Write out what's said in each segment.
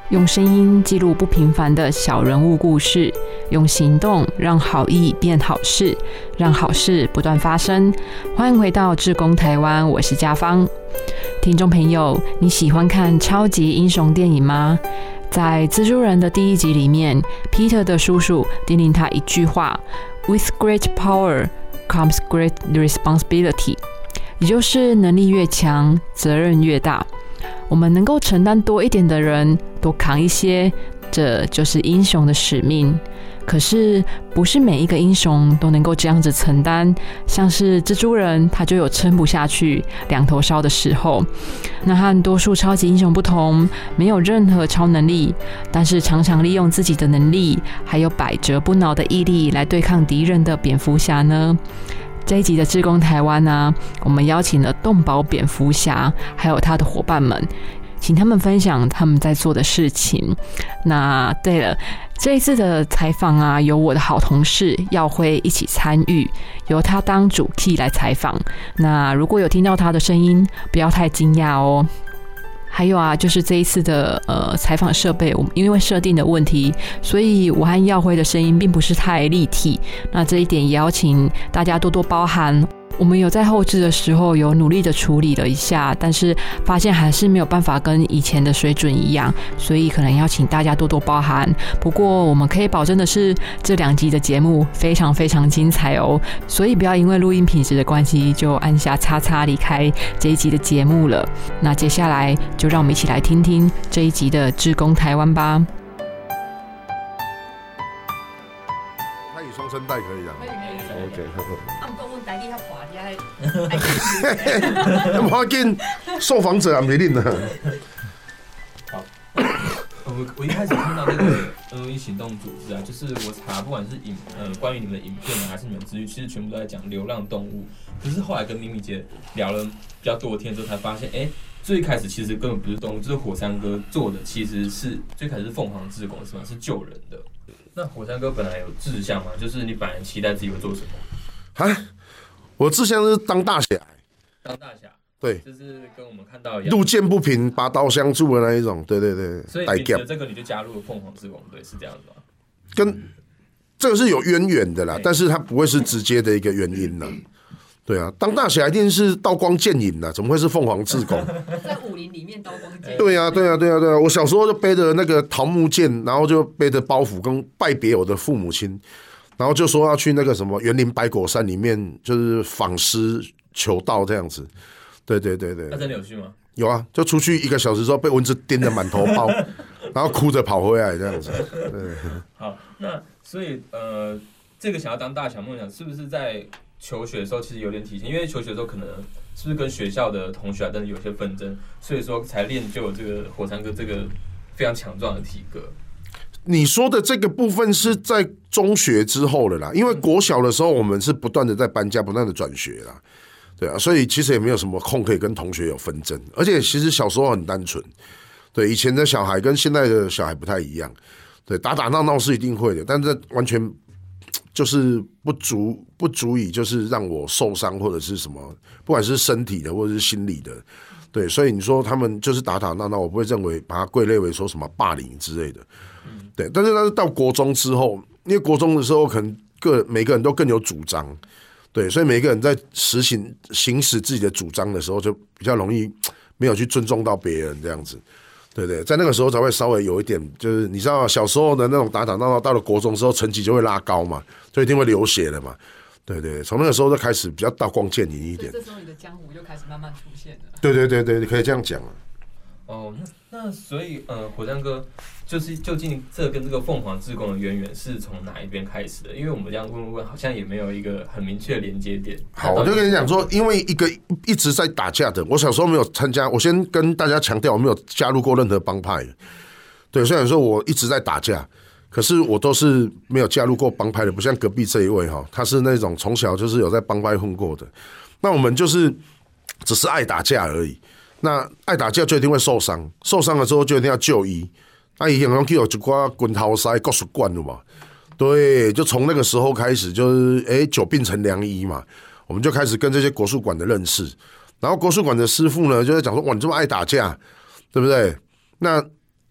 用声音记录不平凡的小人物故事，用行动让好意变好事，让好事不断发生。欢迎回到志工台湾，我是家芳。听众朋友，你喜欢看超级英雄电影吗？在蜘蛛人的第1集里面，Peter 的叔叔叮咛他一句话 ：“With great power comes great responsibility”， 也就是能力越强，责任越大。我们能够承担多一点的人，多扛一些，这就是英雄的使命。可是不是每一个英雄都能够这样子承担，像是蜘蛛人，他就有撑不下去两头烧的时候。那和多数超级英雄不同，没有任何超能力，但是常常利用自己的能力，还有百折不挠的毅力来对抗敌人的蝙蝠侠呢？这一集的志工台湾呢，我们邀请了动保蝙蝠侠还有他的伙伴们，请他们分享他们在做的事情。那对了，这一次的采访啊，由我的好同事耀辉一起参与，由他当主 key 来采访。那如果有听到他的声音，不要太惊讶哦。还有啊，就是这一次的采访设备，我们因为设定的问题，所以我和耀辉的声音并不是太立体。那这一点也要请大家多多包涵。我们有在后制的时候有努力的处理了一下，但是发现还是没有办法跟以前的水准一样，所以可能要请大家多多包涵。不过我们可以保证的是，这2集的节目非常非常精彩哦，所以不要因为录音品质的关系就按下叉叉离开这一集的节目了。那接下来就让我们一起来听听这一集的志工台湾吧。 他以双声带可以啊。OK， 台语较滑， 我要跟受访者也没领呢。 好，我一开始听到这个NOE 行动组织啊，就是我查不管是关于你们的影片啊，还是你们资讯，其实全部都在讲流浪动物。可是后来跟咪咪姐聊了比较多的天之后，才发现，最开始其实根本不是动物，就是火山哥做的，其实是最开始是凤凰志工，是吗？是救人的。那火山哥本来有志向吗？就是你本来期待自己会做什么？ 我志向是当大侠。 当大侠， 对， 就是跟我们看到一样， 路见不平拔刀相助的那一种，对对对。 所以凭着这个你就加入了凤凰志工队，是这样子吗？ 跟这个是有渊源的啦，但是它不会是直接的一个原因啦。对啊，当大侠一定是刀光剑影啦，怎么会是凤凰志工？ 在武林里面刀光剑影。 对啊，对啊，对啊，对啊！我小时候就背着那个桃木剑，然后就背着包袱，跟拜别我的父母亲。然后就说要去那个什么园林百果山里面，就是访师求道这样子。对对对对。 那真的有去吗？ 有啊，就出去1个小时之后被蚊子叮得满头包，然后哭着跑回来这样子。对。 好，那所以这个想要当大侠梦想，是不是在求学的时候其实有点体现？因为求学的时候可能是不是跟学校的同学啊，但是有些纷争，所以说才练就这个火山哥这个非常强壮的体格。 你说的这个部分是在中学之后了啦，因为国小的时候我们是不断的在搬家，不断的转学啦，对啊，所以其实也没有什么空可以跟同学有纷争，而且其实小时候很单纯，对，以前的小孩跟现在的小孩不太一样，对，打打闹闹是一定会的，但是完全就是不足以就是让我受伤或者是什么，不管是身体的或者是心理的，对，所以你说他们就是打打闹闹，我不会认为把它归类为说什么霸凌之类的。对，但是到国中之后，因为国中的时候可能每个人都更有主张，对，所以每个人在行使自己的主张的时候，就比较容易没有去尊重到别人这样子，对对，在那个时候才会稍微有一点，就是你知道小时候的那种打打闹闹，到了国中之后成绩就会拉高嘛，就一定会流血了嘛，对对，从那个时候就开始比较刀光剑影一点， 这时候你的江湖就开始慢慢出现了。 对对对对，你可以这样讲啊。 哦，那所以火山哥就是究竟这跟这个凤凰志工的渊源是从哪一边开始的？因为我们这样问，好像也没有一个很明确的连接点。 好，我就跟你讲说，因为一个一直在打架的，我小时候没有参加，我先跟大家强调，我没有加入过任何帮派。对，虽然说我一直在打架，可是我都是没有加入过帮派的，不像隔壁这一位哈，他是那种从小就是有在帮派混过的。那我们就是只是爱打架而已。那爱打架就一定会受伤，受伤了之后就一定要就医。那以前有一挂滚头塞国术馆了嘛，对，就从那个时候开始，就是久病成良医嘛，我们就开始跟这些国术馆的认识。然后国术馆的师傅呢，就在讲说，哇，你这么爱打架，对不对？那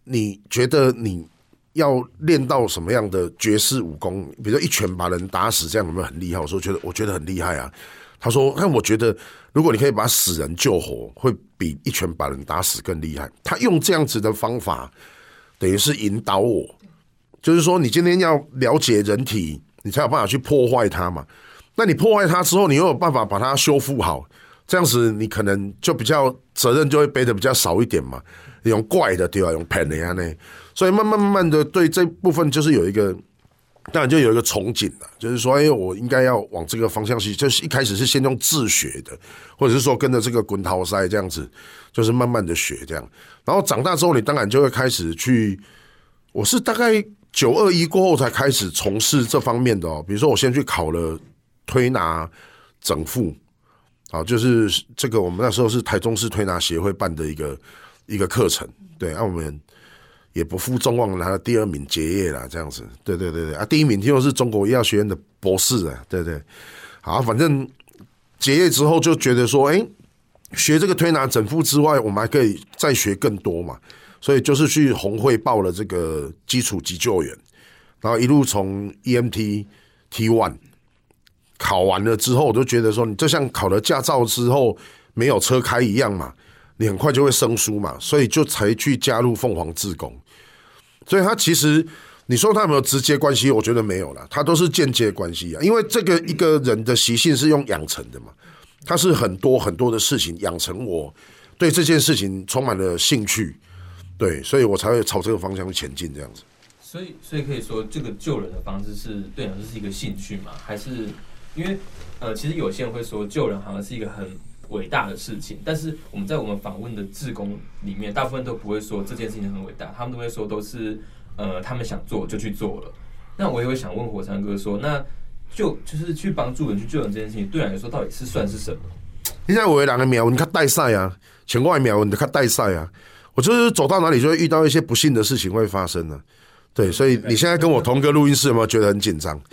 你觉得你要练到什么样的绝世武功？比如说一拳把人打死，这样有没有很厉害？我觉得很厉害啊。他说，但我觉得如果你可以把死人救活，会比一拳把人打死更厉害。他用这样子的方法，等于是引导我，就是说你今天要了解人体，你才有办法去破坏它嘛。那你破坏它之后，你又有办法把它修复好，这样子你可能就比较责任就会背的比较少一点嘛。用怪的对吧？用骗的呀呢，所以慢慢的对这部分就是有一个，当然就有一个憧憬了，就是说，我应该要往这个方向去。就是一开始是先用自学的，或者是说跟着这个滚桃塞这样子，就是慢慢的学这样。然后长大之后，你当然就会开始去。我是大概921过后才开始从事这方面的比如说我先去考了推拿整复，就是这个我们那时候是台中市推拿协会办的一个课程，对，我们也不负众望拿了第2名结业啦，这样子，对第1名听说是中国医药学院的博士啊，对，好，反正结业之后就觉得说，学这个推拿整复之外，我们还可以再学更多嘛，所以就是去红会报了这个基础急救员，然后一路从 EMT T1 考完了之后，我就觉得说，你就像考了驾照之后没有车开一样嘛。你很快就会生疏嘛，所以就才去加入凤凰志工。所以他其实你说他有没有直接关系？我觉得没有啦，他都是间接关系啊。因为这个一个人的习性是用养成的嘛，他是很多很多的事情养成我对这件事情充满了兴趣，对，所以我才会朝这个方向去前进这样子。 所以可以说，这个救人的方式是对你来说是一个兴趣嘛？还是因为其实有些人会说救人好像是一个很伟大的事情，但是我们访问的志工里面，大部分都不会说这件事情很伟大，他们都会说都是他们想做就去做了。那我也会想问火山哥说，那就是去帮助人去救人这件事情，对你来说到底是算是什么？ 你现在有的人的苗，你看带赛啊，前外苗你看带赛啊，我就是走到哪里就会遇到一些不幸的事情会发生啊。对，所以你现在跟我同个录音室，有没有觉得很紧张？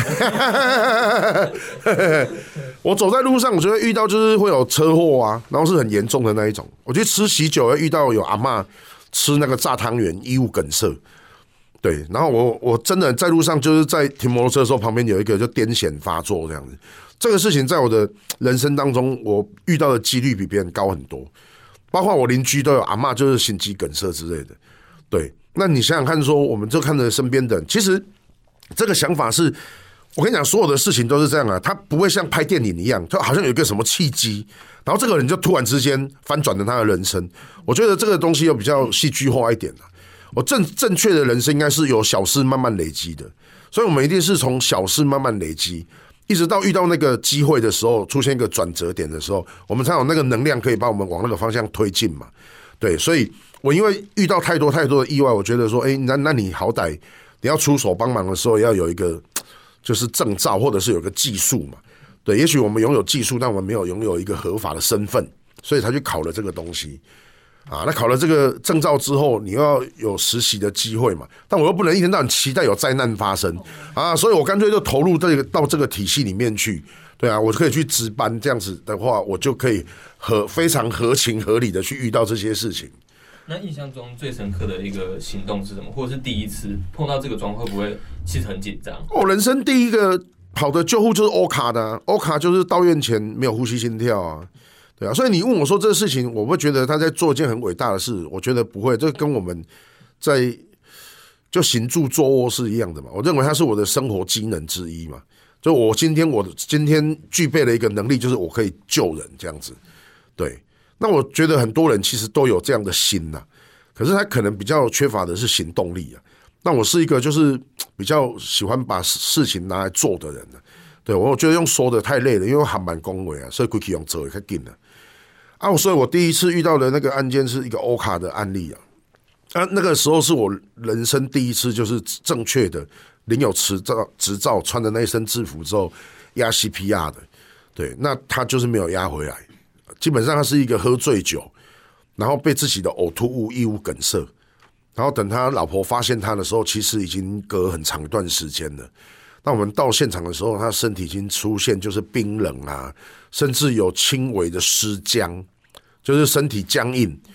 我走在路上，我就会遇到就是会有车祸啊，然后是很严重的那一种。我去吃喜酒，遇到有阿嬷吃那个炸汤圆，医务梗塞。对，然后我真的在路上就是在停摩托车的时候，旁边有一个就癫痫发作这样子。这个事情在我的人生当中，我遇到的几率比别人高很多。包括我邻居都有阿嬷就是心肌梗塞之类的。对。那你想想看说我们就看着身边的人，其实这个想法是，我跟你讲，所有的事情都是这样啊，他不会像拍电影一样，就好像有一个什么契机，然后这个人就突然之间翻转了他的人生。我觉得这个东西又比较戏剧化一点啊。我正确的人生应该是由小事慢慢累积的，所以我们一定是从小事慢慢累积，一直到遇到那个机会的时候，出现一个转折点的时候，我们才有那个能量可以把我们往那个方向推进嘛。对，所以我因为遇到太多的意外，我觉得说，那你好歹你要出手帮忙的时候，要有一个就是证照，或者是有个技术嘛。对，也许我们拥有技术，但我们没有拥有一个合法的身份，所以才去考了这个东西啊。那考了这个证照之后，你要有实习的机会嘛，但我又不能一天到晚期待有灾难发生啊，所以我干脆就投入到这个体系里面去。对啊，我可以去值班，这样子的话，我就可以非常合情合理的去遇到这些事情。 那印象中最深刻的一个行动是什么？或者是第一次碰到这个状况，会不会其实很紧张？ 人生第一个跑的救护就是欧卡的欧卡就是到院前没有呼吸心跳啊，对啊，所以你问我说这个事情，我会觉得他在做一件很伟大的事，我觉得不会，这跟我们在就行住坐卧是一样的嘛。我认为它是我的生活机能之一嘛。就我今天具备了一个能力，就是我可以救人这样子。对，那我觉得很多人其实都有这样的心呐，可是他可能比较缺乏的是行动力啊。那我是一个就是比较喜欢把事情拿来做的人啊。对，我觉得用说的太累了，因为我还蛮恭维啊，所以规矩用做也较紧了啊。所以我第一次遇到的那个案件是一个欧卡的案例啊，那个时候是我人生第一次就是正确的领有执照，穿的那一身制服之后压 CPR 的，对，那他就是没有压回来，基本上他是一个喝醉酒，然后被自己的呕吐物异物梗塞，然后等他老婆发现他的时候，其实已经隔很长一段时间了。那我们到现场的时候，他身体已经出现就是冰冷啊，甚至有轻微的尸僵，就是身体僵硬。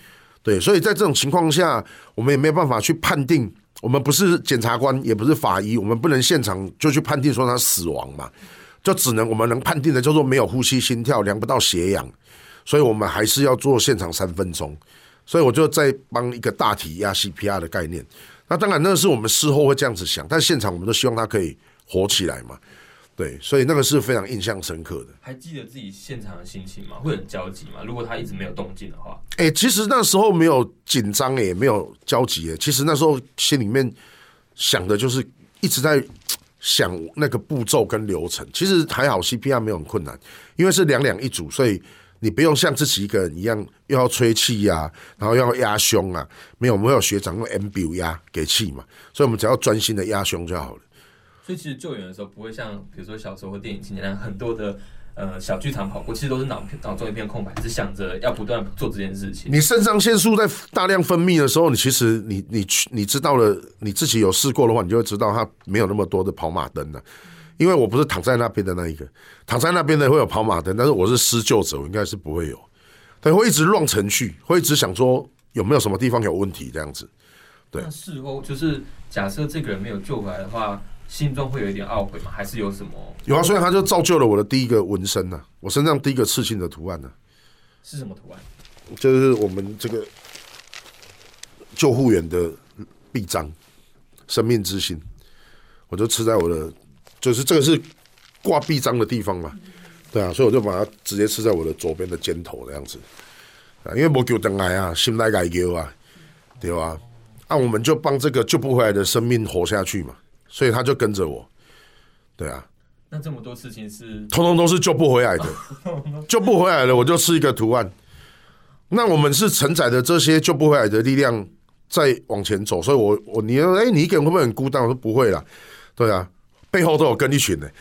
对，所以在这种情况下，我们也没有办法去判定，我们不是检察官，也不是法医，我们不能现场就去判定说他死亡嘛，就只能我们能判定的叫做没有呼吸、心跳，量不到血氧，所以我们还是要做现场3分钟。所以我就在帮一个大体压 CPR 的概念。那当然那是我们事后会这样子想，但现场我们都希望他可以活起来嘛。对，所以那个是非常印象深刻的。 还记得自己现场的心情吗？会很焦急吗？如果他一直没有动静的话， 其实那时候没有紧张，也没有焦急。其实那时候心里面想的就是一直在想那个步骤跟流程。其实还好 CPR 没有很困难，因为是2一组，所以你不用像自己一个人一样又要吹气啊，然后又要压胸啊。没有，我们会有学长用 MBU 压给气嘛，所以我们只要专心的压胸就好了。 所以其实救援的时候不会像比如说小时候或电影情节那样很多的小剧场跑过，其实都是脑中一片空白，只想着要不断做这件事情。 你肾上腺素在大量分泌的时候，你其实你知道了，你自己有试过的话，你就会知道它没有那么多的跑马灯了。因为我不是躺在那边的那一个，躺在那边的会有跑马灯，但是我是施救者，我应该是不会有。但会一直乱程序，会一直想说有没有什么地方有问题这样子。对。 那事后就是假设这个人没有救回来的话，心中会有一点懊悔吗？还是有什么？ 有啊，所以他就造就了我的第一个纹身啊，我身上第一个刺青的图案啊。 是什么图案？ 就是我们这个救护员的臂章，生命之心，我就刺在我的，就是这个是挂臂章的地方嘛，对啊，所以我就把它直接刺在我的左边的肩头这样子，因为没救回来啊，心内该救啊，对吧？我们就帮这个救不回来的生命活下去嘛。所以他就跟着我，对啊。 那这么多事情是， 通通都是救不回来的，救不回来的我就吃一个图案。那我们是承载着这些救不回来的力量再往前走，所以你一个人会不会很孤单？我说不会啦，对啊，背后都有跟一群的。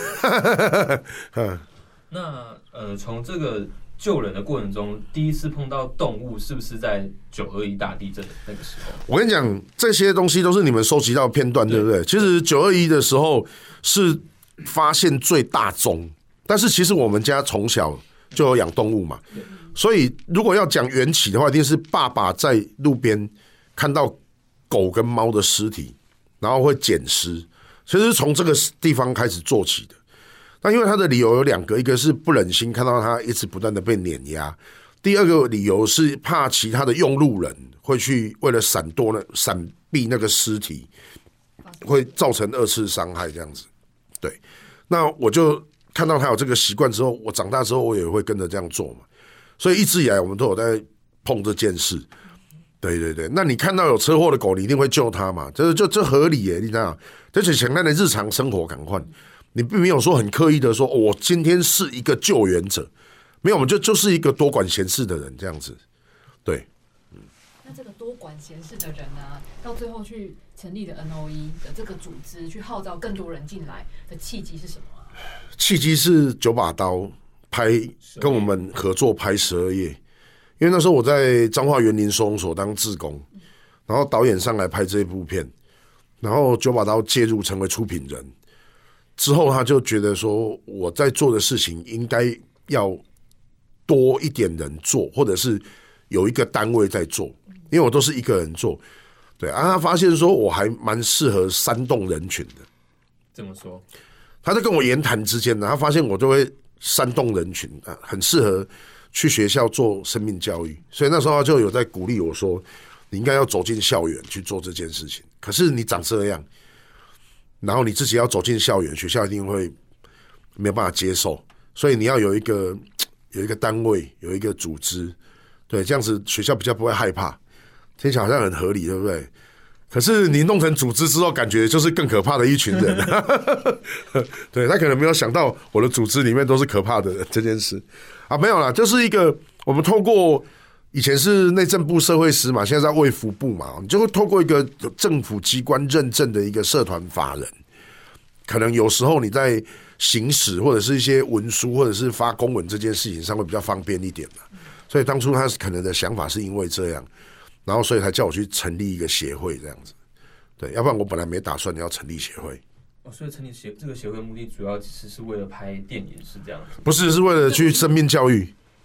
那从这个救人的过程中，第一次碰到动物，是不是在921大地震的那个时候？ 我跟你讲，这些东西都是你们收集到的片段，对不对？其实921的时候是发现最大宗，但是其实我们家从小就有养动物嘛，所以如果要讲缘起的话，一定是爸爸在路边看到狗跟猫的尸体，然后会捡尸，其实是从这个地方开始做起的。那因为他的理由有2个，一个是不忍心看到他一直不断的被碾压，第二个理由是怕其他的用路人会去为了闪避那个尸体，会造成2次伤害这样子。对，那我就看到他有这个习惯之后，我长大之后我也会跟着这样做嘛。所以一直以来我们都有在碰这件事。对对对，那你看到有车祸的狗，你一定会救它嘛？这合理耶，你知道？这是简单的日常生活感换。你并没有说很刻意的说，我今天是一个救援者，没有，我们就是一个多管闲事的人这样子，对。 那这个多管闲事的人呢，到最后去成立的 NOE 的这个组织，去号召更多人进来的契机是什么啊？ 契机是9把刀跟我们合作拍12夜，因为那时候我在彰化园林收容所当志工，然后导演上来拍这部片，然后9把刀介入成为出品人。之后他就觉得说，我在做的事情应该要多一点人做，或者是有一个单位在做，因为我都是一个人做。对啊，他发现说我还蛮适合煽动人群的。 怎么说？ 他在跟我言谈之间呢，他发现我就会煽动人群，很适合去学校做生命教育，所以那时候他就有在鼓励我说，你应该要走进校园去做这件事情。可是你长这样。然后你自己要走进校园，学校一定会没有办法接受，所以你要有一个单位，有一个组织，对，这样子学校比较不会害怕。听起来好像很合理，对不对？可是你弄成组织之后，感觉就是更可怕的一群人。对，他可能没有想到我的组织里面都是可怕的人这件事啊，没有啦，就是一个我们透过。以前是内政部社会司嘛，现在在卫福部嘛，你就会透过一个政府机关认证的一个社团法人，可能有时候你在行使或者是一些文书或者是发公文这件事情上会比较方便一点嘛。所以当初他可能的想法是因为这样，然后所以才叫我去成立一个协会这样子。对，要不然我本来没打算要成立协会。 所以成立这个协会的目的主要其实是为了拍电影，是这样子？ 不是，是为了去生命教育。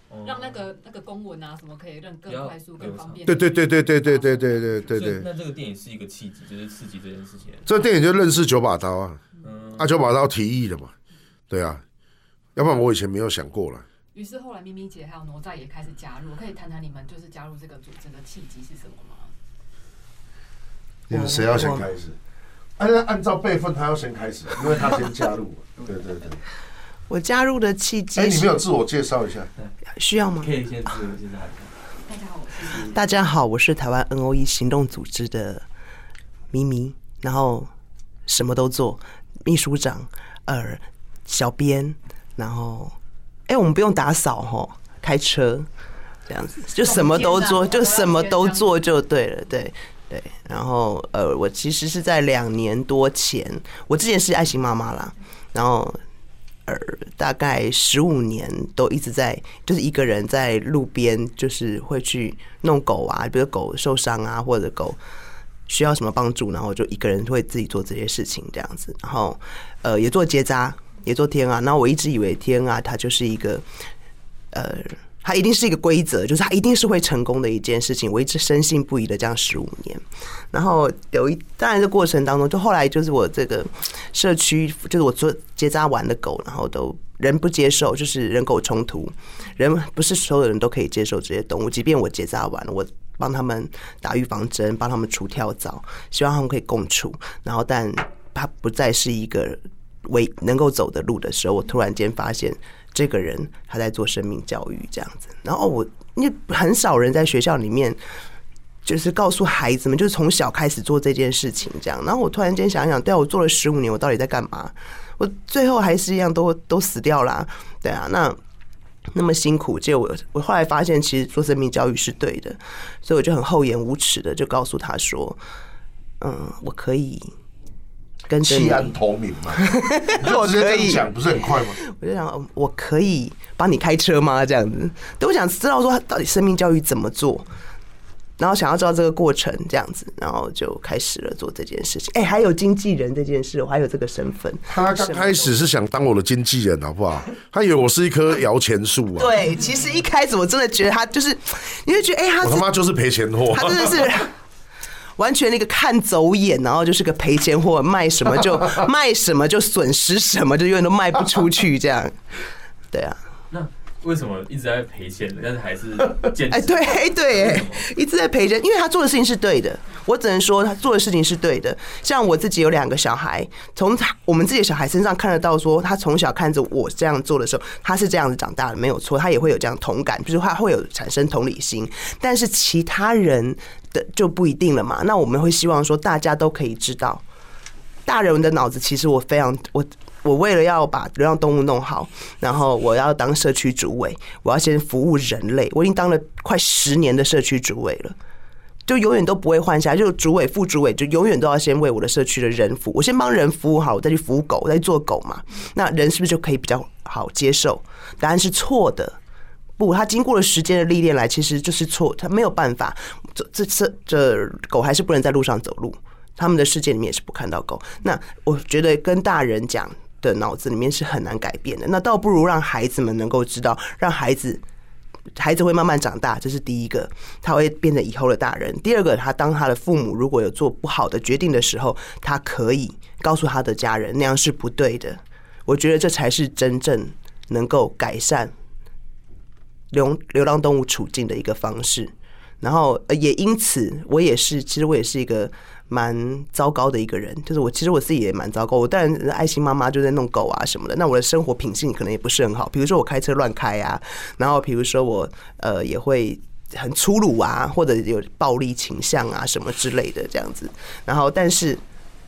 让那个公文啊什么可以更快速、更方便。 对。 那这个电影是一个契机，就是刺激这件事情。 这个电影就认识九把刀啊，九把刀提议的嘛，对啊，要不然我以前没有想过了。 于是后来咪咪姐还有哪吒也开始加入，可以谈谈你们就是加入这个组织的契机是什么吗？ 你们谁要先开始？按照辈分，他要先开始，因为他先加入。对。 我加入的契机， 你没有自我介绍一下？ 需要吗？ 可以先自我介绍一下。 大家好， 我是台湾 NOE 行动组织的咪咪，然后什么都做，秘书长、小编，然后我们不用打扫吼，开车这样子，就什么都做，就什么都做就对了，对。然后我其实是在2年多前，我之前是爱心妈妈啦，然后大概15年都一直在，就是一个人在路边，就是会去弄狗啊，比如狗受伤啊，或者狗需要什么帮助，然后就一个人会自己做这些事情这样子。然后也做结扎，也做天啊。然后我一直以为天啊，它就是一个它一定是一个规则，就是它一定是会成功的一件事情。我一直深信不疑的这样15年。然后当然这过程当中，就后来就是我这个社区，就是我做结扎完的狗，然后都人不接受，就是人狗冲突，人不是所有人都可以接受这些动物，即便我结扎完了，我帮他们打预防针，帮他们除跳蚤，希望他们可以共处。然后但它不再是一个能够走的路的时候，我突然间发现这个人他在做生命教育这样子。然后因为很少人在学校里面就是告诉孩子们，就是从小开始做这件事情这样。然后我突然间想想，对啊，我做了15年，我到底在干嘛？我最后还是一样都死掉啦，对啊，那么辛苦，结果我后来发现，其实做生命教育是对的，所以我就很厚颜无耻的就告诉他说，我可以跟着你， 弃暗投明嘛，我直接这样讲不是很快吗？ 我就想，我可以帮你开车吗？这样子，对，我想知道说他到底生命教育怎么做。然后想要知道这个过程，这样子，然后就开始了做这件事情。还有经纪人这件事，我还有这个身份。 他刚开始是想当我的经纪人，好不好？他以为我是一棵摇钱树啊。 对，其实一开始我真的觉得他就是，你会觉得我他妈就是赔钱货， 他真的是完全那个看走眼，然后就是个赔钱货，卖什么就损失什么，就永远都卖不出去这样。对啊。 那为什么一直在赔钱的，但是还是坚持？ 对，一直在赔钱，因为他做的事情是对的。我只能说他做的事情是对的。像我自己有2个小孩，从我们自己的小孩身上看得到，说他从小看着我这样做的时候，他是这样子长大的，没有错，他也会有这样同感，就是他会有产生同理心。但是其他人的就不一定了嘛。那我们会希望说，大家都可以知道，大人的脑子其实我为了要把流浪动物弄好，然后我要当社区主委，我要先服务人类。我已经当了快10年的社区主委了，就永远都不会换下来，就主委、副主委，就永远都要先为我的社区的人服务。我先帮人服务好，我再去服务狗，我再去做狗嘛。那人是不是就可以比较好接受？答案是错的。不，他经过了时间的历练来，其实就是错，他没有办法。这狗还是不能在路上走路，他们的世界里面也是不看到狗。那我觉得跟大人讲的脑子里面是很难改变的，那倒不如让孩子们能够知道，让孩子会慢慢长大，这是第一个，他会变成以后的大人。第二个，他当他的父母如果有做不好的决定的时候，他可以告诉他的家人那样是不对的。我觉得这才是真正能够改善流浪动物处境的一个方式。然后也因此，其实我也是一个蛮糟糕的一个人，就是其实我自己也蛮糟糕。我当然爱心妈妈就在弄狗啊什么的，那我的生活品性可能也不是很好，比如说我开车乱开啊，然后比如说我也会很粗鲁啊，或者有暴力倾向啊什么之类的这样子。然后但是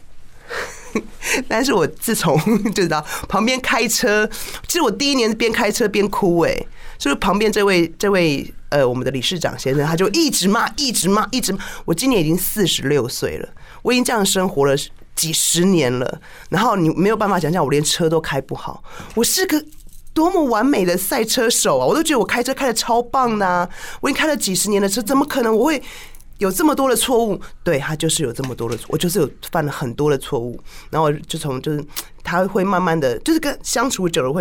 我自从就知道旁边开车，其实我第1年边开车边哭就是旁边这位我们的理事长先生，他就一直骂。我今年已经46岁了，我已经这样生活了几10年了，然后你没有办法想象，我连车都开不好，我是个多么完美的赛车手啊！我都觉得我开车开得超棒的啊！我已经开了几10年的车，怎么可能我会有这么多的错误？对，他就是有这么多的，我就是有犯了很多的错误，然后就是他会慢慢的，就是跟相处久了会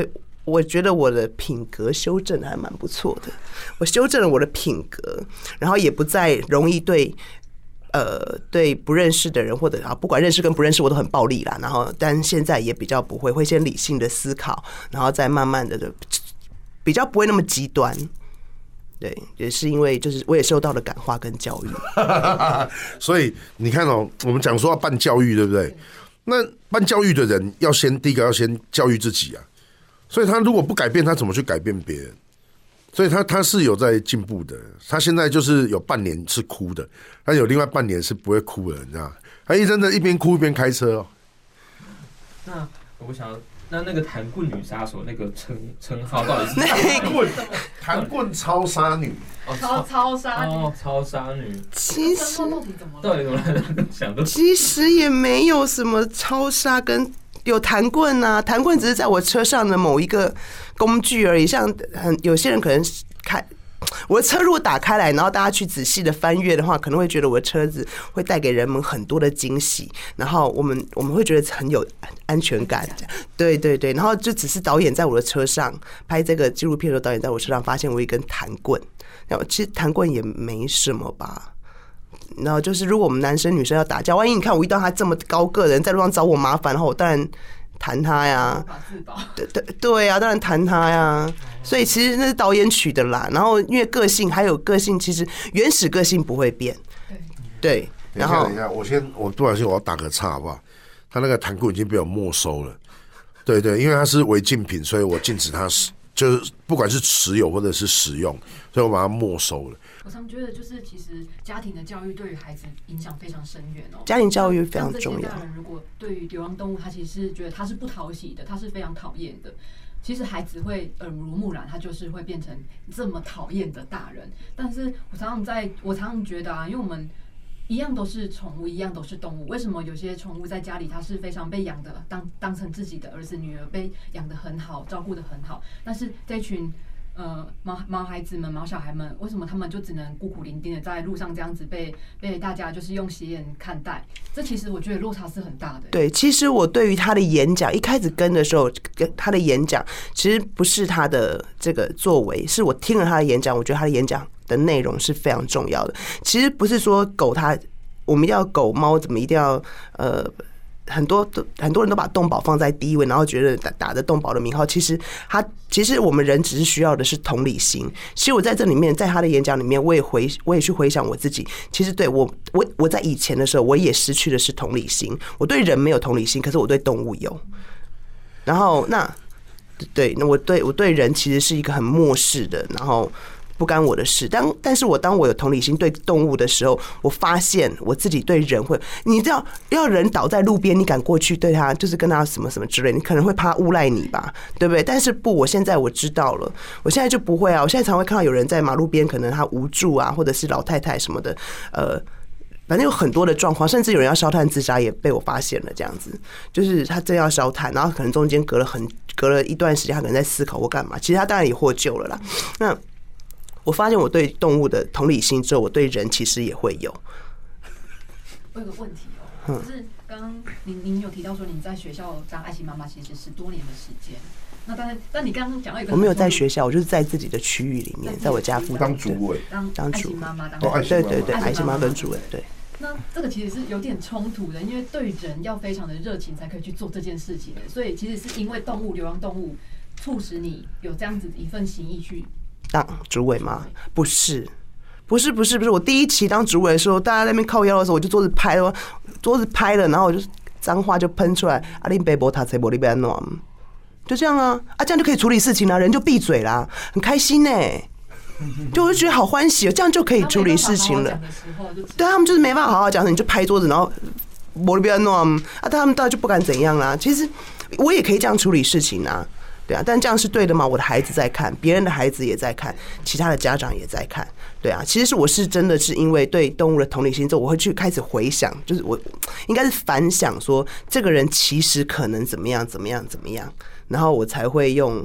我觉得我的品格修正还蛮不错的，我修正了我的品格，然后也不再容易对不认识的人或者不管认识跟不认识我都很暴力啦，然后但现在也比较不会先理性的思考，然后再慢慢的比较不会那么极端。对，也是因为就是我也受到了感化跟教育。 所以你看哦，我们讲说要办教育，对不对？那办教育的人第一个要先教育自己啊。所以他如果不改变，他怎么去改变别人？所以他是有在进步的。他现在就是有半年是哭的，他有另外半年是不会哭的，你知道吗？他真的一边哭一边开车哦。 那我想那个弹棍女杀手那个称号到底是弹棍超杀女， 超杀女， 超杀女。 其实到底怎么想的？ 其实也没有什么超杀跟。有弹棍啊，弹棍只是在我车上的某一个工具而已。像有些人可能我的车如果打开来，然后大家去仔细的翻阅的话，可能会觉得我的车子会带给人们很多的惊喜，然后我们会觉得很有安全感。对对对，然后就只是导演在我的车上拍这个纪录片的时候，导演在我车上发现我一根弹棍，其实弹棍也没什么吧。然后就是，如果我们男生女生要打架，万一你看我遇到他这么高个人在路上找我麻烦，然后我当然弹他呀，对啊，当然弹他呀。所以其实那是导演取的啦。然后因为个性还有个性，其实原始个性不会变。对，然后等一下，我不小心我要打个岔好不好？他那个弹棍已经被我没收了。对对，因为它是违禁品，所以我禁止它就是不管是持有或者是使用，所以我把它没收了。 我常觉得，就是其实家庭的教育对于孩子影响非常深远哦。 家庭教育非常重要。 大人如果对于流浪动物，他其实是觉得他是不讨喜的，他是非常讨厌的。其实孩子会耳濡目染，他就是会变成这么讨厌的大人。但是我常常觉得啊，因为我们一样都是宠物，一样都是动物，为什么有些宠物在家里它是非常被养的，当成自己的儿子女儿，被养得很好，照顾得很好，但是这群毛孩子们、毛小孩们，为什么他们就只能孤苦伶仃的在路上这样子被大家就是用斜眼看待？这其实我觉得落差是很大的。 对，其实我对于他的演讲一开始跟的时候，他的演讲其实不是他的这个作为，是我听了他的演讲，我觉得他的演讲的内容是非常重要的。其实不是说狗我们一定要狗猫怎么一定要很多人都把动保放在第一位，然后觉得打着动保的名号，其实我们人只是需要的是同理心。其实我在这里面，在他的演讲里面，我也去回想我自己。其实对我在以前的时候，我也失去的是同理心。我对人没有同理心，可是我对动物有。然后那我对人其实是一个很漠视的，然后不干我的事。但是当我有同理心对动物的时候，我发现我自己对人会，你知道，要人倒在路边，你敢过去对他，就是跟他什么什么之类，你可能会怕他诬赖你吧，对不对？但是我现在我知道了，我现在就不会啊。我现在常会看到有人在马路边，可能他无助啊，或者是老太太什么的，反正有很多的状况，甚至有人要烧炭自杀也被我发现了，这样子，就是他正要烧炭，然后可能中间隔了一段时间，他可能在思考或干嘛。其实他当然也获救了啦。那我发现我对动物的同理心之后，我对人其实也会有。 我有个问题哦，就是刚刚您有提到说你在学校当爱心妈妈其实10多年的时间，那但你刚刚讲到一个， 我没有在学校，我就是在自己的区域里面，在我家附近当主委， 当爱心妈妈， 对，爱心妈妈跟主委对。 那这个其实是有点冲突的，因为对人要非常的热情才可以去做这件事情的，所以其实是因为流浪动物促使你有这样子一份心意去当主委吗？不是，我第一期当主委的时候，大家在那边靠腰的时候，我就桌子拍了，然后我就脏话就喷出来，啊，你背无读册无你要安怎？就这样啊，这样就可以处理事情啦，人就闭嘴啦，很开心呢。就我就觉得好欢喜哦，这样就可以处理事情了。对，他们就是没办法好好讲，你就拍桌子，然后无你要安怎啊？他们当然就不敢怎样啦。其实我也可以这样处理事情啊。对啊，但这样是对的吗？我的孩子在看，别人的孩子也在看，其他的家长也在看。对啊，其实我是真的是因为对动物的同理心之后，我会去开始回想，就是我应该是反想说，这个人其实可能怎么样，然后我才会用。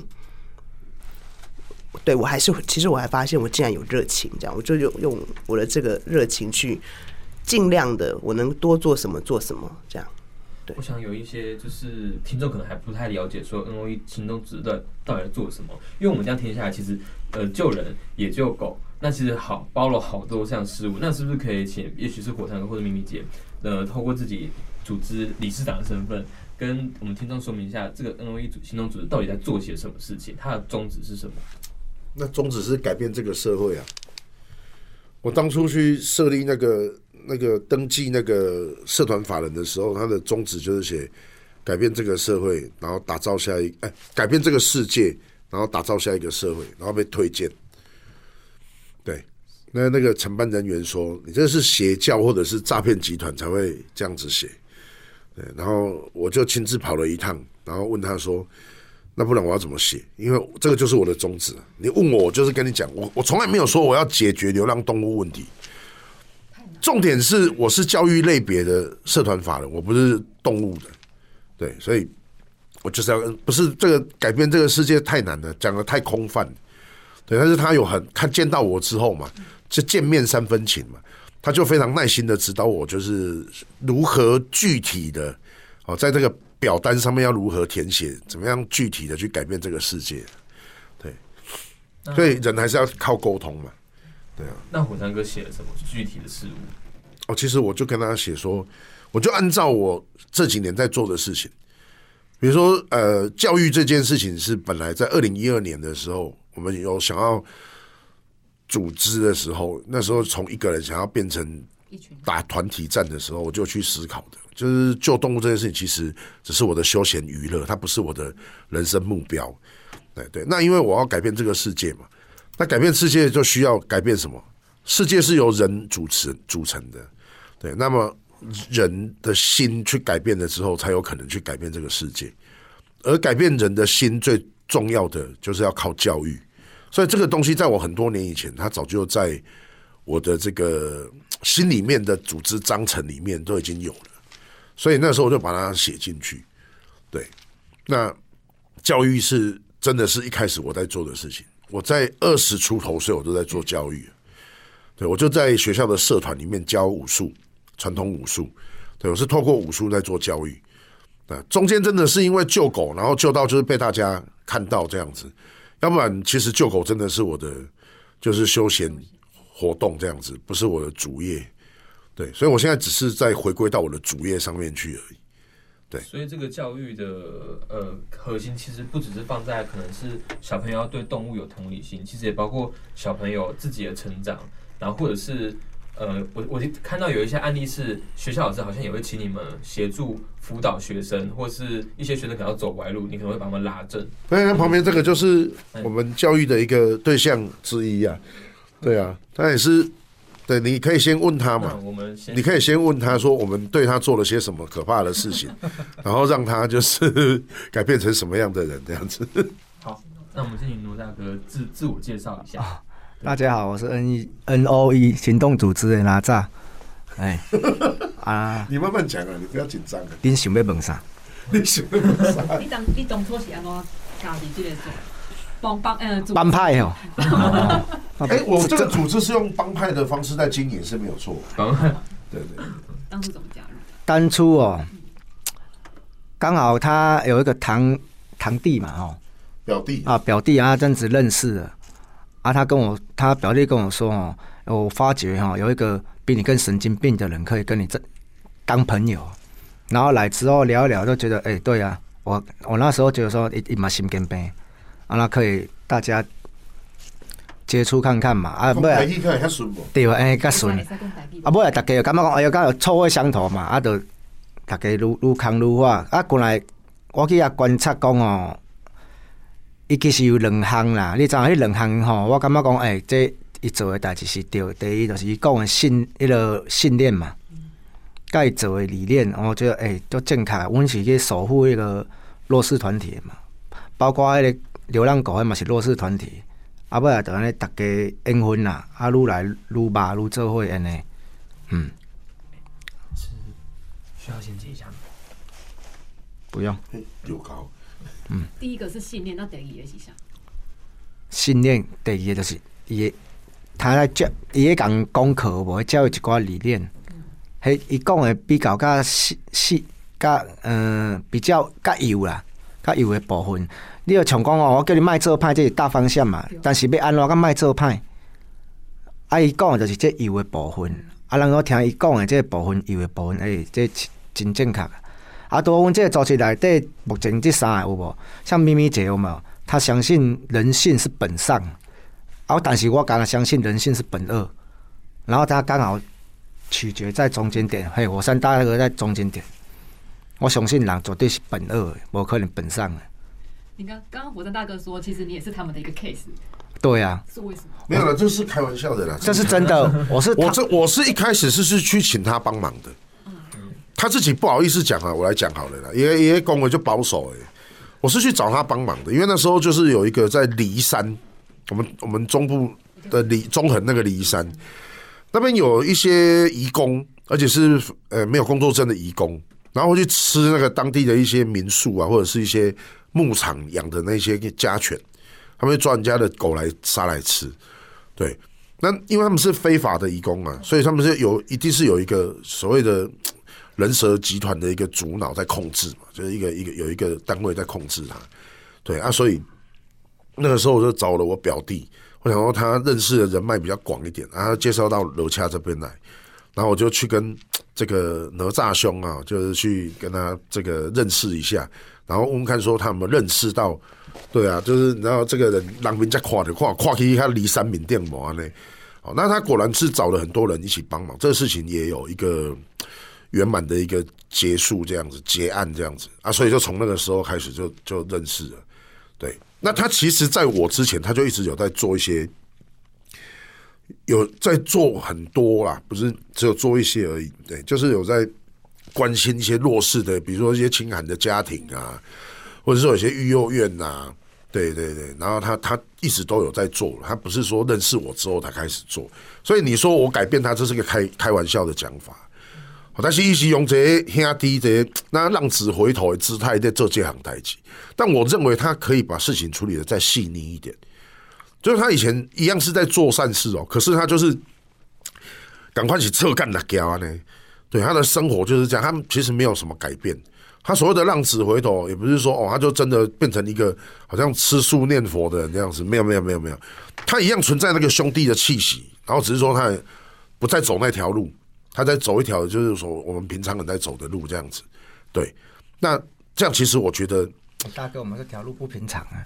对我其实我还发现我竟然有热情，这样我就用我的这个热情去尽量的，我能多做什么做什么，这样。 对， 我想有一些就是听众可能还不太了解，说 NOE 行动组织到底在做什么？因为我们这样听下来，其实救人也救狗，那其实包了好多项事务。那是不是可以请，也许是火山哥或者咪咪姐，透过自己组织理事长的身份，跟我们听众说明一下，这个 NOE 行动组织到底在做些什么事情？它的宗旨是什么？ 那宗旨是改变这个社会啊！我当初去设立那个登记那个社团法人的时候，他的宗旨就是写改变这个社会，然后打造改变这个世界，然后打造下一个社会，然后被推荐。对，那个承办人员说：“你这是邪教或者是诈骗集团才会这样子写。”对，然后我就亲自跑了一趟，然后问他说：“那不然我要怎么写？因为这个就是我的宗旨。你问我，我就是跟你讲，我从来没有说我要解决流浪动物问题。重点是我是教育类别的社团法人，我不是动物的，对，所以我就是要不是这个改变这个世界太难了，讲的太空泛，对，但是他他见到我之后嘛，就见面3分情嘛，他就非常耐心的指导我，就是如何具体的在这个表单上面要如何填写，怎么样具体的去改变这个世界，对，所以人还是要靠沟通嘛。对啊， 那火山哥写了什么具体的事物？ 其实我就跟他写说，我就按照我这几年在做的事情，比如说教育这件事情是本来在2012年的时候，我们有想要组织的时候，那时候从一个人想要变成打团体战的时候，我就去思考的，就是救动物这件事情其实只是我的休闲娱乐，它不是我的人生目标。对，那因为我要改变这个世界嘛。那改变世界就需要改变什么？世界是由人组成的，对。那么人的心去改变了之后，才有可能去改变这个世界。而改变人的心最重要的就是要靠教育。所以这个东西在我很多年以前，它早就在我的这个心里面的组织章程里面都已经有了。所以那时候我就把它写进去。对，那教育是真的是一开始我在做的事情。我在20出头岁，我都在做教育。对，我就在学校的社团里面教武术，传统武术。对，我是透过武术在做教育。中间真的是因为救狗，然后救到就是被大家看到这样子，要不然其实救狗真的是我的就是休闲活动这样子，不是我的主业。对，所以我现在只是在回归到我的主业上面去而已。对， 所以这个教育的核心其实不只是放在可能是小朋友要对动物有同理心，其实也包括小朋友自己的成长，然后或者是我看到有一些案例是学校老师好像也会请你们协助辅导学生，或是一些学生可能要走歪路，你可能会把他们拉正。 对，旁边这个就是我们教育的一个对象之一啊。对啊，他也是。对，你可以先问他嘛，你可以先问他说我们对他做了些什么可怕的事情，然后让他就是改变成什么样的人这样子。 好，那我们先请罗大哥自我介绍一下。 大家好，我是 NOE 行动组织的哪吒。 你慢慢讲啊，你不要紧张啊。 恁想要问啥？ 你当初是安怎加入这个做？ 帮派哦， 我这个组织是用帮派的方式在经营是没有错。 帮派， 对。 当初怎么加入？ 当初刚好他有一个堂弟嘛，表弟啊，这样子认识了啊。他表弟跟我说我发觉有一个比你更神经病的人可以跟你当朋友，然后来之后聊一聊，就觉得对啊，我那时候觉得说他嘛神经病。那可以大家接触看看嘛，不然对较顺。不然大家就感觉讲刚有臭味相投嘛，就大家愈康愈好。本来我去观察讲伊其实有2项啦。你知影迄2项我感觉讲这伊做的代志是对。第一就是伊讲的信念嘛，甲伊做的理念，我觉得都正确。阮是去守护那个弱势团体嘛，包括迄个。流浪狗嘛是弱势团体，尾来就安尼大家缘分啦，愈来愈骂愈做伙安尼， 是需要先解一下吗？ 不用。 有高。 第一个是信念，那第二个是啥？ 信念，第二个就是他在教，伊咧讲课无，教一寡理念。伊讲的比较较甲比较较油啦，较油的部分。你要像讲哦，我叫你卖做歹，这是大方向嘛。但是要安怎甲卖做歹？啊，伊讲的就是这油的部分。啊，人我听伊讲的这部分油的部分，这真正确。啊，多阮这个组织内底，目前这三个有无？像咪咪姐有没有？他相信人性是本善，啊，但是我刚刚相信人性是本恶，然后他刚好取决在中间点。嘿，火山大哥在中间点，我相信人绝对是本恶的，无可能本善的。 你刚刚火山大哥说，其实你也是他们的一个 case。 对啊， 是为什么？ 没有了，这是开玩笑的啦， 这是真的。我是一开始是去请他帮忙的，他自己不好意思讲啊，我来讲好了啦，也公文就保守我是去找他帮忙的，因为那时候就是有一个在梨山，我们中部的中横那个梨山那边有一些移工，而且是没有工作证的移工，然后去吃那个当地的一些民宿啊，或者是一些牧场养的那些家犬。他们会抓人家的狗来杀来吃，对，那因为他们是非法的移工啊，所以他们是一定是有一个所谓的人蛇集团的一个主脑在控制嘛，就是有一个单位在控制他，对啊，所以那个时候我就找了我表弟，我想说他认识的人脉比较广一点，然后介绍到楼下这边来，然后我就去跟这个哪吒兄啊，就是去跟他这个认识一下，然后问看说他们认识到。对啊，就是然后这个人让人家看去他离山民店模呢，那他果然是找了很多人一起帮忙，这个事情也有一个圆满的一个结束，这样子结案这样子啊，所以就从那个时候开始就认识了。对，那他其实在我之前，他就一直有在做一些，有在做很多啦，不是只有做一些而已。对，就是有在关心一些弱势的，比如说一些清寒的家庭啊。或者说有些育幼院啊，对，然后他一直都有在做，他不是说认识我之后才开始做，所以你说我改变他，这是个开玩笑的讲法。但是一直用这些兄弟这些那浪子回头的姿态在做这行代志，但我认为他可以把事情处理的再细腻一点，就是他以前一样是在做善事可是他就是赶快去撤干辣椒呢，对，他的生活就是这样，他其实没有什么改变。他所谓的浪子回头，也不是说他就真的变成一个好像吃素念佛的人这样子，没有，他一样存在那个兄弟的气息，然后只是说他不再走那条路，他在走一条就是说我们平常人在走的路这样子。对，那这样其实我觉得， 大哥，我们这条路不平常啊，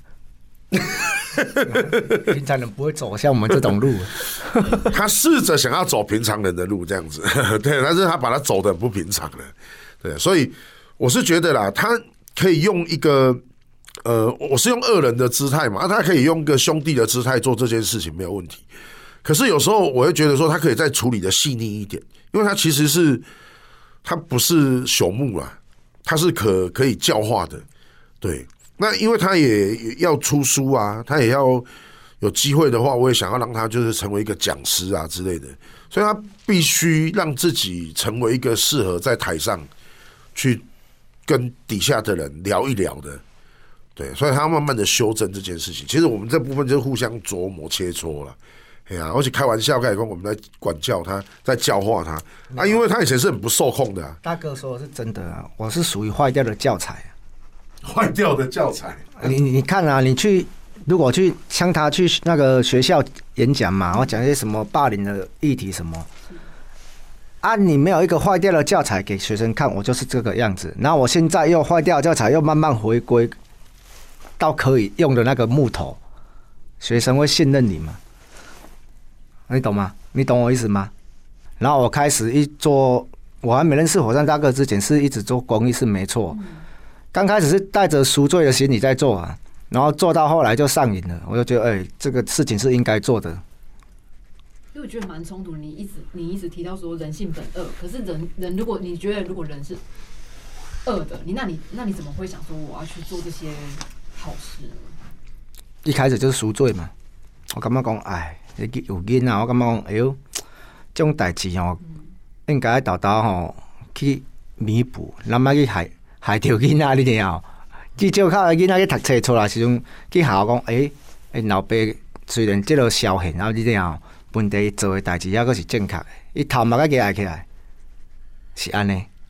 平常人不会走像我们这种路。 他试着想要走平常人的路这样子，对，但是他把他走得很不平常了，对，所以。我是觉得啦，他可以用一个我是用恶人的姿态嘛，他可以用一个兄弟的姿态做这件事情没有问题。可是有时候我会觉得说，他可以再处理的细腻一点，因为他其实是他不是朽木啦，他是可以教化的。对，那因为他也要出书啊，他也要有机会的话，我也想要让他就是成为一个讲师啊之类的，所以他必须让自己成为一个适合在台上去。跟底下的人聊一聊的，对，所以他慢慢的修正这件事情。其实我们这部分就是互相琢磨切磋了，哎呀，而且开玩笑，开始跟我们在管教他，在教化他啊，因为他以前是很不受控的。 大哥说的是真的啊，我是属于坏掉的教材。 坏掉的教材， 你看啊，你如果去像他去那个学校演讲嘛，我讲一些什么霸凌的议题什么。啊！你没有一个坏掉的教材给学生看，我就是这个样子。然后我现在又坏掉的教材，又慢慢回归到可以用的那个木头，学生会信任你吗？你懂吗？你懂我意思吗？然后我开始一做，我还没认识火山大哥之前，是一直做公益是没错。刚开始是带着赎罪的心理在做啊，然后做到后来就上瘾了，我就觉得，这个事情是应该做的。 因为我觉得蛮冲突，你一直提到说人性本恶，可是人如果你觉得如果人是恶的，那你怎么会想说我要去做这些好事呢？ 一开始就是赎罪嘛，我感觉讲，有囡仔，我感觉讲，这种代志应该豆豆去弥补，咱莫去害着囡仔，你知影？至少靠囡仔去读册出来时阵，去校讲，老爸虽然这个消遣，然后你知影？问题做的代志，还阁是正确的。伊头毛甲起来，是安尼。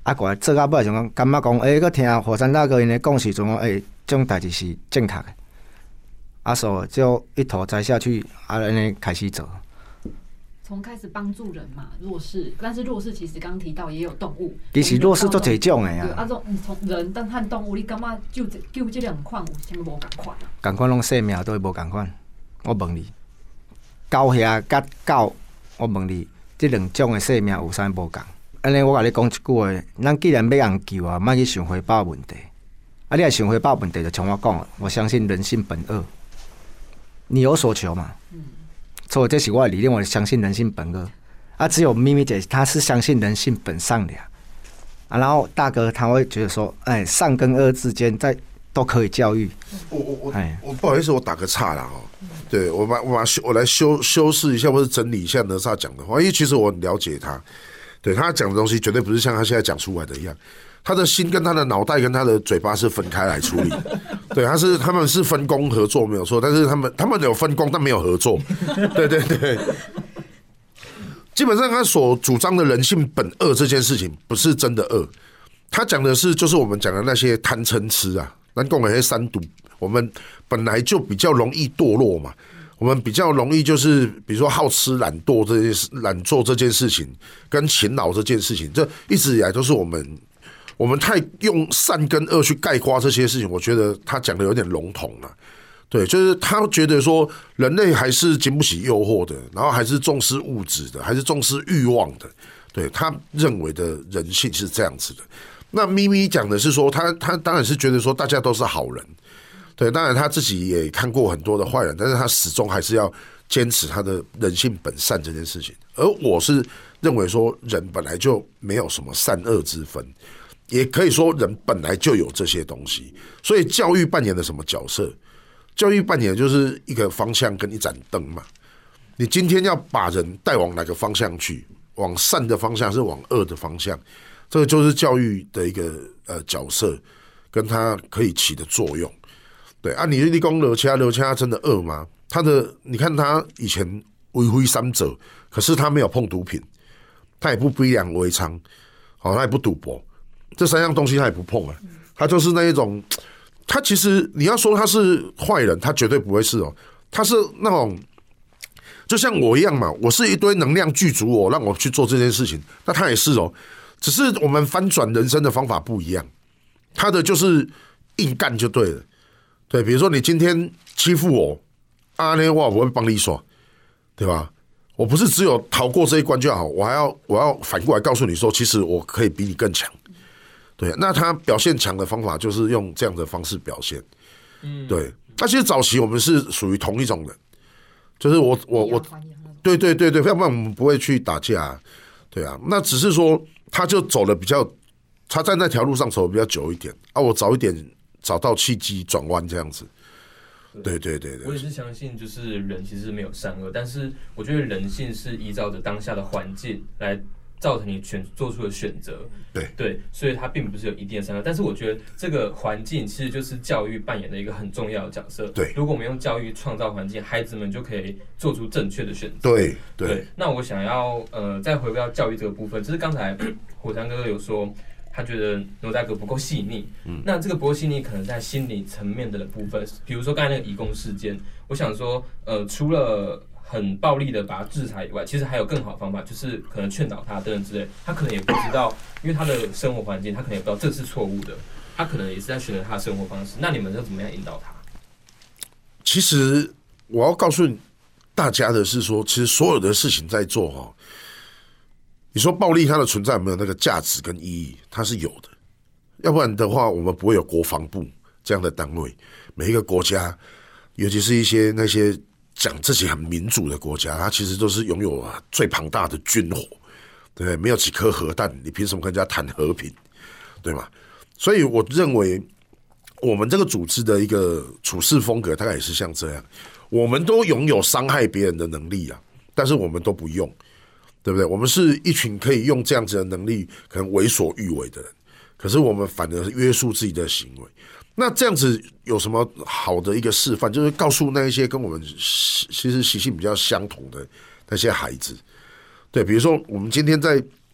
啊，过来做到尾想讲，感觉讲，佮听火山大哥因咧讲时阵讲，这种代志是正确的。啊，所以就一头栽下去，啊，安尼开始走。 从开始帮助人嘛，弱势，但是弱势其实刚刚提到也有动物。 其实弱势做侪种的啊。啊，你从人和动物，你感觉救这两款有啥物无共款啊？ 共款拢生命都会无共款。我问你，狗遐甲狗，我问你，这两种的生命有啥无共？安尼我甲你讲一句话，咱既然要人救啊，莫去想回报问题。啊，你若想回报问题，就像我讲，我相信人性本恶，你有所求嘛。所以这是我的理念，我相信人性本恶。啊，只有咪咪姐她是相信人性本善良。啊，然后大哥他会觉得说，善跟恶之间都可以教育。 我不好意思，我打个岔啦哦。对我来修饰一下，或是整理一下哪吒讲的话，因为其实我很了解他，对他讲的东西绝对不是像他现在讲出来的一样。他的心跟他的脑袋跟他的嘴巴是分开来处理的，对，他们是分工合作没有错，但是他们有分工，但没有合作，对对对。基本上他所主张的人性本恶这件事情不是真的恶，他讲的是就是我们讲的那些贪嗔痴啊，咱讲的那些三毒，我们本来就比较容易堕落嘛，我们比较容易就是比如说好吃懒惰懒做这件事情，跟勤劳这件事情，这一直以来都是我们太用善跟恶去概括这些事情，我觉得他讲的有点笼统了。对，就是他觉得说人类还是经不起诱惑的，然后还是重视物质的，还是重视欲望的。对，他认为的人性是这样子的。那咪咪讲的是说，他当然是觉得说大家都是好人。对，当然他自己也看过很多的坏人，但是他始终还是要坚持他的人性本善这件事情。而我是认为说，人本来就没有什么善恶之分。也可以说人本来就有这些东西，所以教育扮演的什么角色？教育扮演的就是一个方向跟一盏灯嘛。你今天要把人带往哪个方向去？往善的方向还是往恶的方向？这个就是教育的一个角色，跟他可以起的作用。对啊，你讲刘掐真的恶吗？你看他以前为非三者，可是他没有碰毒品，他也不逼良为娼，他也不赌博。这三样东西他也不碰啊，他就是那一种，他其实你要说他是坏人，他绝对不会是哦，他是那种就像我一样嘛，我是一堆能量具足我，让我去做这件事情，那他也是哦，只是我们翻转人生的方法不一样，他的就是硬干就对了，对，比如说你今天欺负我，那我会帮你耍，对吧？我不是只有逃过这一关就好，我要反过来告诉你说，其实我可以比你更强。对，那他表现强的方法就是用这样的方式表现。对。那其实早期我们是属于同一种人，就是我，对，要不然我们不会去打架。对啊，那只是说他就走的比较，他在那条路上走的比较久一点啊，我早一点找到契机转弯这样子。对， 我也是相信，就是人其实没有善恶，但是我觉得人性是依照着当下的环境来造成你做出的选择，对，所以它并不是有一定的善恶，但是我觉得这个环境其实就是教育扮演的一个很重要的角色。 对， 如果我们用教育创造环境，孩子们就可以做出正确的选择。 对。 那我想要再回到教育这个部分，就是刚才火山哥哥有说，他觉得哪吒哥不够细腻。那这个不够细腻，可能在心理层面的部分，比如说刚才那个移工事件，我想说，除了很暴力的把他制裁以外，其实还有更好的方法，就是可能劝导他等等之类。他可能也不知道，因为他的生活环境，他可能也不知道这是错误的，他可能也是在选择他的生活方式。那你们要怎么样引导他？ 其实我要告诉大家的是说，其实所有的事情在做哈，你说暴力它的存在有没有那个价值跟意义？它是有的，要不然的话，我们不会有国防部这样的单位。每一个国家，尤其是一些那些讲自己很民主的国家，它其实都是拥有最庞大的军火，对不对？没有几颗核弹，你凭什么跟人家谈和平，对吗？所以我认为，我们这个组织的一个处事风格，大概也是像这样。我们都拥有伤害别人的能力啊，但是我们都不用，对不对？我们是一群可以用这样子的能力，可能为所欲为的人，可是我们反而约束自己的行为。那这样子有什么好的一个示范？就是告诉那一些跟我们其实习性比较相同的那些孩子，对，比如说我们今天在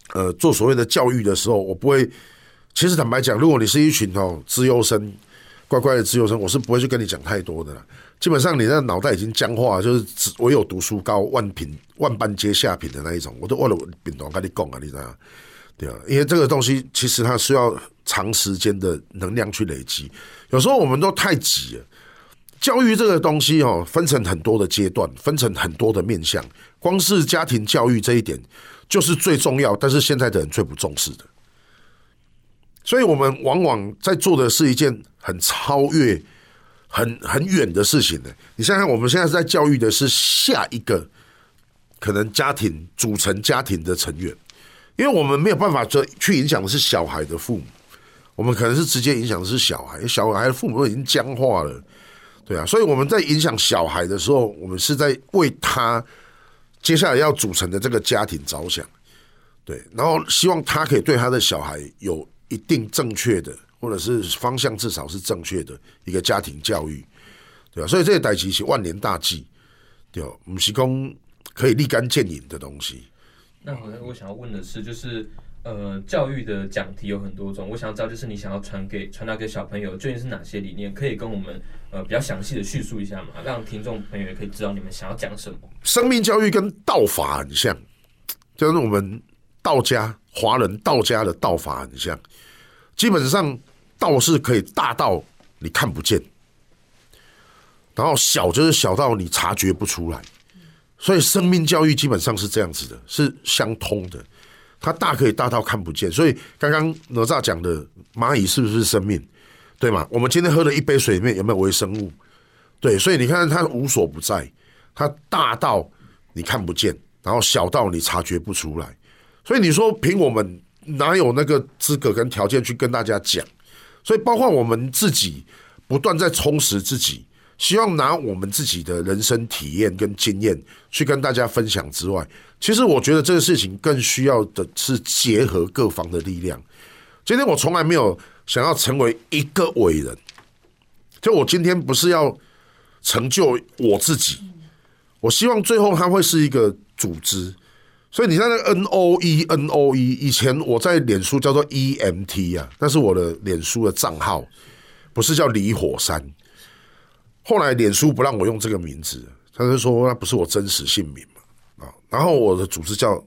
做所谓的教育的时候，我不会。其实坦白讲，如果你是一群资优生，乖乖的资优生，我是不会去跟你讲太多的啦。基本上你的脑袋已经僵化，就是唯有读书高，万般皆下品的那一种，我都忘了扁短跟你讲啊，你知道？对啊，因为这个东西其实它需要长时间的能量去累积，有时候我们都太急了。教育这个东西分成很多的阶段，分成很多的面向，光是家庭教育这一点就是最重要，但是现在的人最不重视的。所以我们往往在做的是一件很超越、很远的事情的。你想想，我们现在在教育的是下一个可能家庭组成家庭的成员，因为我们没有办法去影响的是小孩的父母，我们可能是直接影响的是小孩，小孩的父母都已经僵化了，对啊。所以我们在影响小孩的时候，我们是在为他接下来要组成的这个家庭着想，对，然后希望他可以对他的小孩有一定正确的，或者是方向至少是正确的一个家庭教育，对吧？所以这个事情是万年大计，对吧？不是说可以立竿见影的东西。 那我想要问的是，就是教育的讲题有很多种，我想要知道，就是你想要传达给小朋友究竟是哪些理念，可以跟我们比较详细的叙述一下嘛，让听众朋友也可以知道你们想要讲什么。 生命教育跟道法很像，就是我们道家华人道家的道法很像，基本上道是可以大到你看不见，然后小就是小到你察觉不出来，所以生命教育基本上是这样子的，是相通的。它大可以大到看不见，所以刚刚哪吒讲的蚂蚁是不是生命，对吗？我们今天喝的一杯水里面有没有微生物？对，所以你看它无所不在，它大到你看不见，然后小到你察觉不出来。所以你说凭我们哪有那个资格跟条件去跟大家讲？所以包括我们自己不断在充实自己，希望拿我们自己的人生体验跟经验去跟大家分享之外，其实我觉得这个事情更需要的是结合各方的力量。今天我从来没有想要成为一个伟人，就我今天不是要成就我自己，我希望最后它会是一个组织。所以你看那个 NOE， 以前我在脸书叫做 EMT 啊，那是我的脸书的账号，不是叫李火山。后来脸书不让我用这个名字，他就说那不是我真实姓名嘛，然后我的组织叫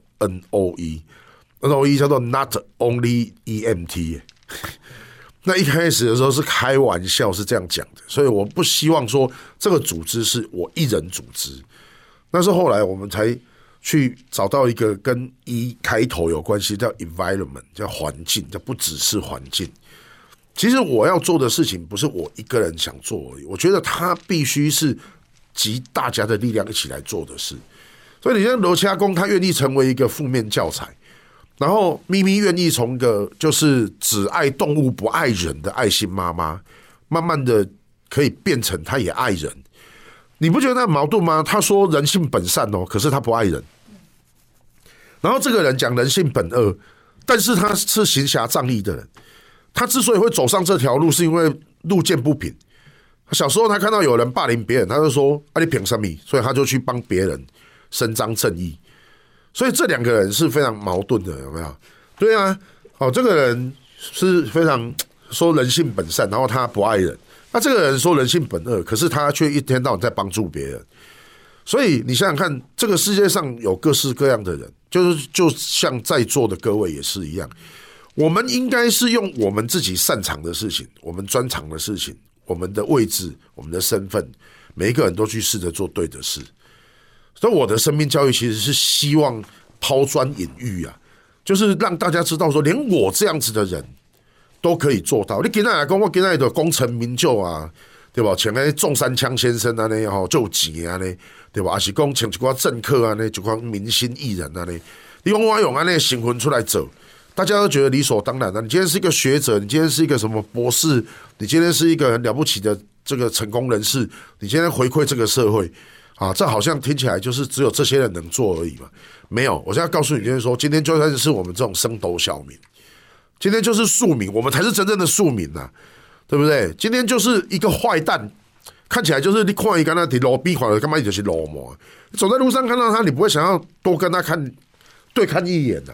NOE 叫做 Not Only EMT 那一开始的时候是开玩笑，是这样讲的，所以我不希望说这个组织是我一人组织。但是后来我们才去找到一个跟E开头有关系，叫 environment， 叫环境，叫不只是环境。其实我要做的事情不是我一个人想做而已，我觉得它必须是集大家的力量一起来做的事。所以你像罗家公，他愿意成为一个负面教材，然后咪咪愿意从一个就是只爱动物不爱人的爱心妈妈，慢慢的可以变成他也爱人。你不觉得那矛盾吗？他说人性本善哦，可是他不爱人。然后这个人讲人性本恶，但是他是行侠仗义的人。他之所以会走上这条路，是因为路见不平。小时候他看到有人霸凌别人，他就说：“啊，你凭什么？”所以他就去帮别人伸张正义。所以这两个人是非常矛盾的，有没有？对啊，这个人是非常说人性本善，然后他不爱人。那这个人说人性本恶，可是他却一天到晚在帮助别人。所以你想想看，这个世界上有各式各样的人，就像在座的各位也是一样。我们应该是用我们自己擅长的事情，我们专长的事情，我们的位置，我们的身份，每一个人都去试着做对的事。所以我的生命教育其实是希望抛砖引玉啊，就是让大家知道说，连我这样子的人都可以做到。你今天来讲，我今天的功成名就啊，对吧？像那中山枪先生啊，那就有钱啊，呢，对吧？还是讲像一寡政客啊，呢，一寡明星艺人啊，呢，你讲我用安尼身份出来走，大家都觉得理所当然的。你今天是一个学者，你今天是一个什么博士，你今天是一个很了不起的这个成功人士，你今天回馈这个社会啊，这好像听起来就是只有这些人能做而已嘛？没有，我现在告诉你，就是说，今天就算是我们这种升斗小民，今天就是庶民，我们才是真正的庶民呐，对不对？今天就是一个坏蛋，看起来就是你看一个那在路边看，干嘛就是路嘛？走在路上看到他，你不会想要多跟他对看一眼呐？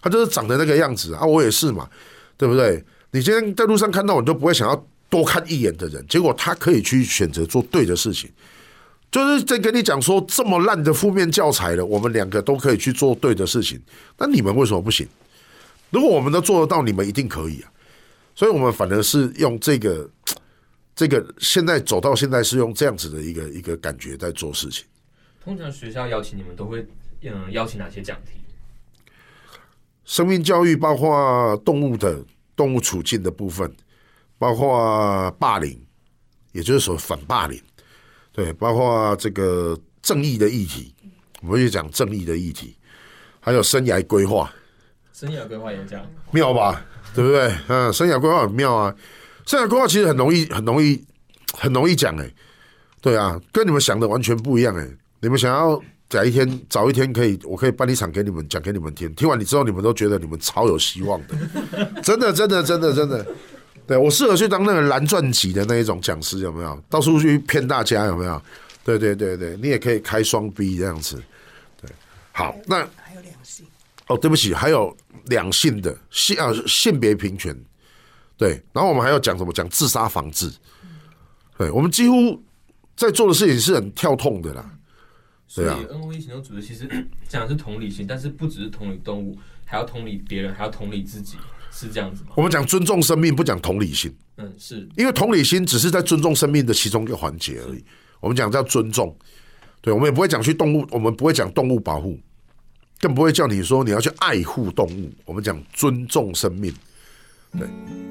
他就是长得那个样子啊，我也是嘛，对不对？你今天在路上看到我，你就不会想要多看一眼的人，结果他可以去选择做对的事情。就是在跟你讲说，这么烂的负面教材了，我们2个都可以去做对的事情，那你们为什么不行？如果我们都做得到，你们一定可以啊。所以我们反而是用这个现在走到现在是用这样子的一个感觉在做事情。 通常学校邀请你们都会邀请哪些讲题？ 生命教育，包括动物处境的部分，包括霸凌，也就是说反霸凌，对，包括这个正义的议题，我们会讲正义的议题，还有生涯规划。 生涯规划也讲妙吧，对不对？生涯规划很妙啊。生涯规划其实很容易讲对啊，跟你们想的完全不一样你们想要早一天我可以办一场给你们讲给你们听，听完你之后你们都觉得你们超有希望的，真的。对，我适合去当那个蓝钻级的那一种讲师，有没有？到处去骗大家，有没有？对，你也可以开双 B 这样子。对，好，那还有两性。 对不起，还有两性的性别平权。对，然后我们还要讲什么？讲自杀防治。对，我们几乎在做的事情是很跳痛的啦。 所以 NOE 行动组织其实讲的是同理心，但是不只是同理动物，还要同理别人，还要同理自己，是这样子吗？ 我们讲尊重生命，不讲同理心。 是因为同理心只是在尊重生命的其中一个环节而已。我们讲叫尊重，对，我们也不会讲去动物，我们不会讲动物保护，更不会叫你说你要去爱护动物。我们讲尊重生命，对。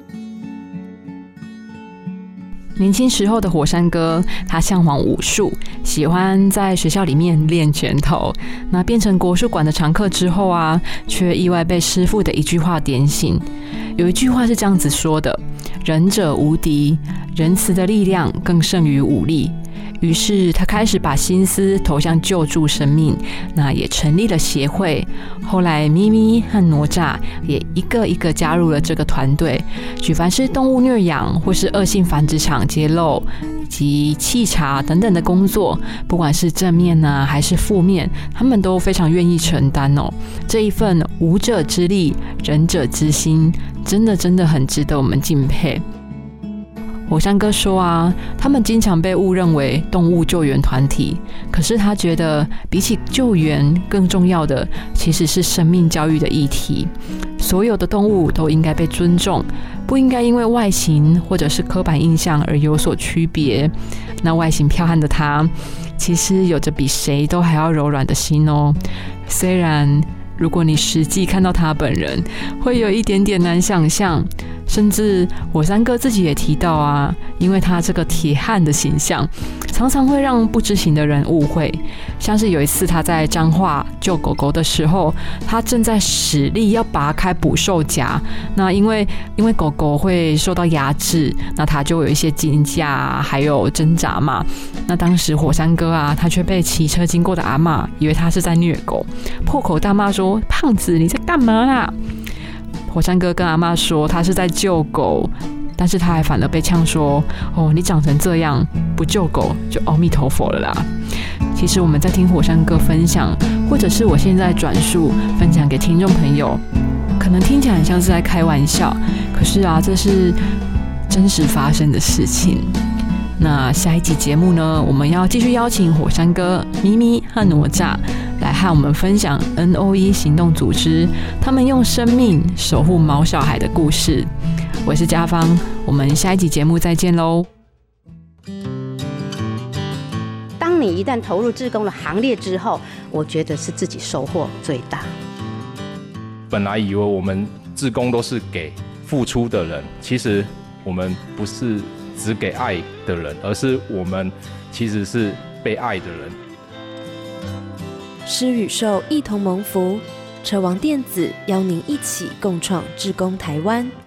年轻时候的火山哥，他向往武术，喜欢在学校里面练拳头。那变成国术馆的常客之后啊，却意外被师父的一句话点醒。有一句话是这样子说的：仁者无敌，仁慈的力量更胜于武力。于是他开始把心思投向救助生命，那也成立了协会。后来咪咪和哪吒也一个一个加入了这个团队，举凡是动物虐养或是恶性繁殖场揭露以及稽查等等的工作，不管是正面还是负面，他们都非常愿意承担哦。这一份武者之力，仁者之心，真的很值得我们敬佩。火山哥说啊，他们经常被误认为动物救援团体，可是他觉得比起救援更重要的其实是生命教育的议题。所有的动物都应该被尊重，不应该因为外形或者是刻板印象而有所区别。那外形剽悍的他，其实有着比谁都还要柔软的心哦。虽然如果你实际看到他本人，会有一点点难想象。甚至火山哥自己也提到啊，因为他这个铁汉的形象，常常会让不知情的人误会。像是有一次他在彰化救狗狗的时候，他正在使力要拔开捕兽夹，那因为狗狗会受到压制，那他就有一些惊吓还有挣扎嘛。那当时火山哥啊，他却被骑车经过的阿嬷以为他是在虐狗，破口大骂说：“胖子，你在干嘛啦？”火山哥跟阿嬷说他是在救狗，但是他还反而被呛说：“哦，你长成这样，不救狗就阿弥陀佛了啦。”其实我们在听火山哥分享，或者是我现在转述分享给听众朋友，可能听起来很像是在开玩笑，可是啊，这是真实发生的事情。那下一集节目呢，我们要继续邀请火山哥、咪咪和哪吒来和我们分享 NOE 行动组织他们用生命守护毛小孩的故事。我是家芳，我们下一集节目再见喽。 当你一旦投入志工的行列之后，我觉得是自己收获最大。 本来以为我们志工都是给付出的人，其实我们不是只给爱的人，而是我们其实是被爱的人。 施与受一同蒙福，车王电子邀您一起共创志工台湾。